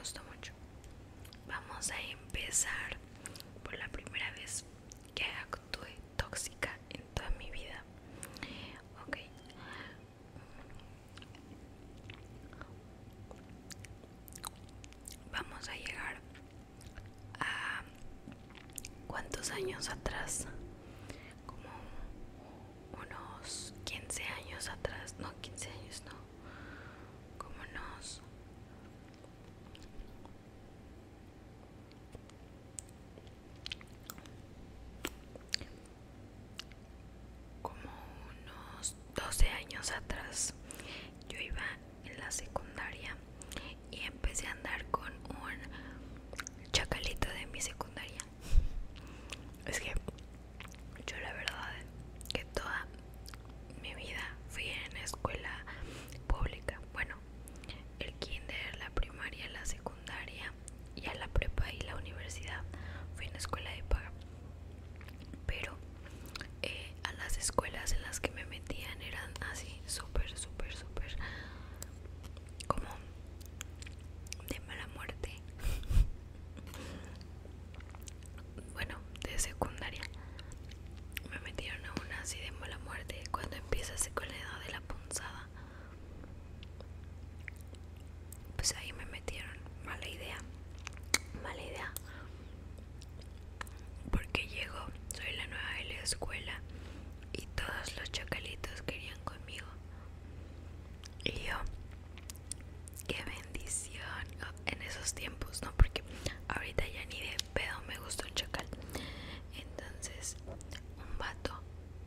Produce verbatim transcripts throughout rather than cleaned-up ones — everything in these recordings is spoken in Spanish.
gustó mucho. Vamos a empezar por la primera vez que actué tóxica en toda mi vida. Ok. Vamos a llegar a ¿cuántos años atrás? Como unos quince años atrás. No, quince años no. Como unos como unos doce años atrás. Yo iba en la secundaria y empecé a andar con un chacalito de mi secundaria. Es que yo la verdad que toda mi vida fui en escuela pública. Bueno, el kinder, la primaria, la secundaria y a la prepa y la universidad fui en escuela de paga. Pero eh, a las escuelas en las que me metían eran así súper, súper, súper como de mala muerte. Bueno, de secundaria me metieron a una así de mala muerte cuando empiezas con la edad de la punzada. Pues ahí me metieron. Mala idea, mala idea, porque llego, soy la nueva de la escuela y todos los chacalitos querían conmigo. Y yo, qué bendición. Oh, en esos tiempos, no, porque ahorita ya ni de pedo me gusta un chacal. Entonces un vato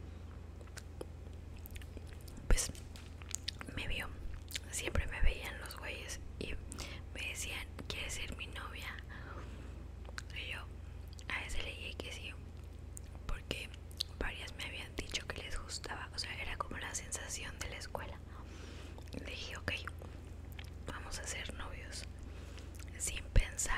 pues me vio, siempre me veían los güeyes y me decían, ¿quieres ser mi novia? Y yo a ese le dije que sí, porque varias me habían dicho que les gustaba, o sea, era como la sensación de la escuela. Le dije, ok, vamos a ser novios. Sin pensar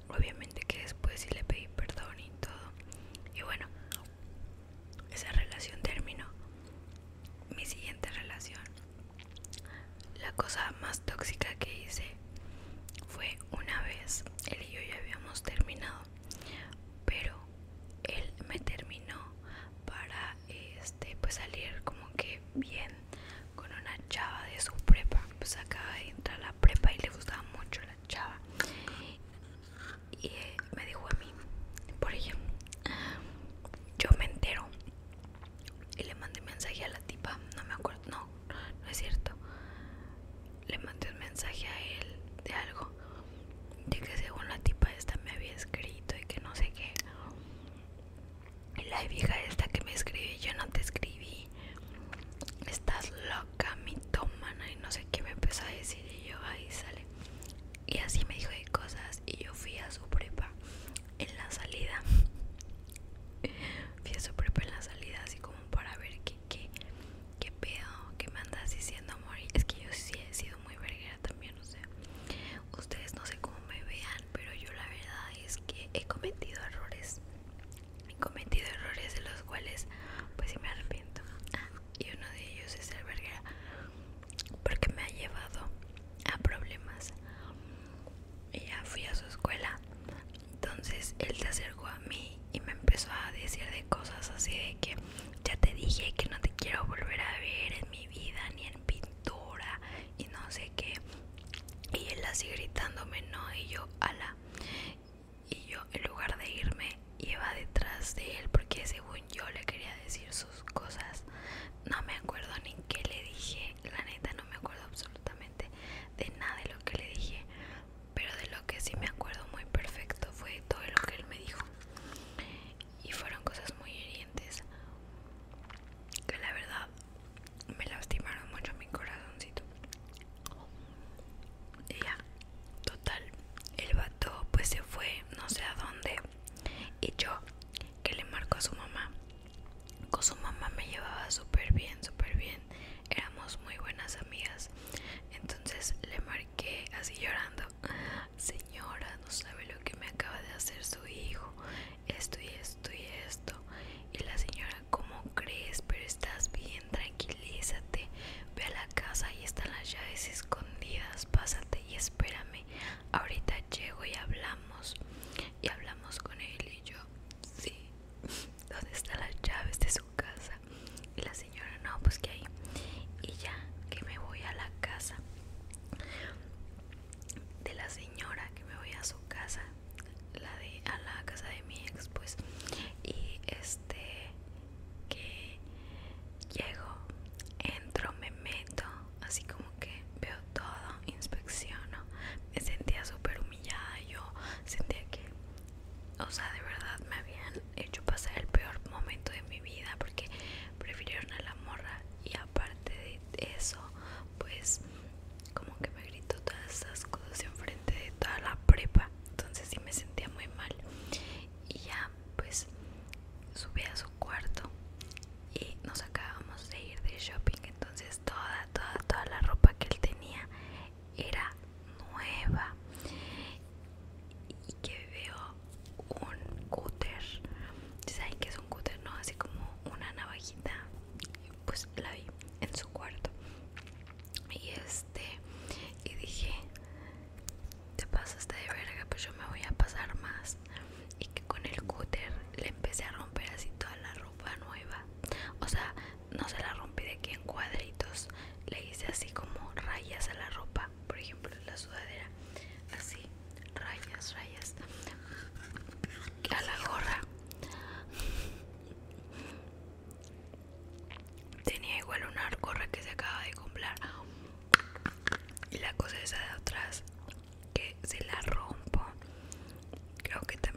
obviamente que después sí le pedí perdón y todo. Y bueno, esa relación terminó. Mi siguiente relación, la cosa más tóxica que hice fue una vez, él y yo ya habíamos terminado, pero él me terminó para este pues salir como que bien con una chava de su prepa. Pues acaba de entrar a la prepa y le gustaba mucho la chava, y eh, me dijo a mí, por ejemplo, yo me entero y le mandé mensaje a la tipa, no me acuerdo, no, no es cierto, le mandé un mensaje a él de algo, de que según la tipa esta me había escrito y que no sé qué. Y la vieja esta que me escribe, yo no te escribí, estás loca, mitómana y no sé qué me empezó a decir. Y yo, ahí sale. Y así me dijo de cosas. Y yo fui a su prepa en la salida. Fui a su prepa en la salida, así como para ver qué, qué, qué pedo, qué me andas diciendo, amor. Y es que yo sí he sido muy verguera también, o sea, ustedes no sé cómo me vean, pero yo la verdad es que he cometido errores. He cometido errores de los cuales pues sí me arrepiento. Ah, y uno de ellos es el verguera, porque me ha llevado a problemas. Y ya fui a su escuela. Entonces él se acercó a mí y me empezó a decir de cosas así de que ya te dije que no te quiero volver a ver en mi vida ni en pintura y no sé qué. Y él así gritándome, no, y yo, ala. Y yo, en lugar de irme, iba detrás de él porque según yo le quería decir sus cosas. No me acuerdo ni qué le dije, la neta no me acuerdo absolutamente de nada de lo que le dije, pero de lo que sí me acuerdo muy perfecto fue todo lo que él me dijo. Y fueron cosas muy hirientes que la verdad me lastimaron mucho mi corazoncito. Y ya, total, el vato pues se fue no sé a dónde. Y yo, que le marco a su mamá, con su mamá me llevaba súper bien, súper bien. Éramos muy buenas amigas. Entonces le marqué así llorando, señora, no sabe lo que me acaba de hacer su hijo, esto y esto y esto. Y la señora, ¿cómo crees? Pero estás bien, tranquilízate, ve a la casa y están las llaves escondidas, pásate y espérame, ahorita llego y hablamos. Y hablamos con él y yo, sí, ¿dónde están las llaves de su casa? Y la señora, no, pues que ahí. Y ya que me voy a la casa de la señora, que me voy a su casa, la de a la casa de mi ex, pues. Y este que llego, entro, me meto, así como que veo todo, inspecciono. Me sentía súper humillada, yo sentía que, o sea, de verdad me habían hecho pasar el peor momento de mi vida porque prefirieron a la morra. Y aparte de eso, pues como que me gritó todas esas cosas enfrente de toda la prepa. Entonces sí me sentía muy mal. Y ya pues subí a su cuarto y nos acabamos de ir de shopping. Entonces toda, toda, toda la ropa que él tenía era nueva. Y que veo un cúter. ¿Saben qué es un cúter? No, así como una navajita. Pues la vi en su cuarto. Y este, y dije, te pasaste de verga, pues yo me voy a pasar más. Y que con el cúter le empecé a romper así toda la ropa nueva. O sea, no se la rompí de que en cuadritos, le hice así como rayas a la ropa. Por ejemplo, la sudadera, así, rayas, rayas. A la gorra tenía igual una gorra que se acaba de comprar. Y la cosa esa de atrás, que se la rompo. Creo que también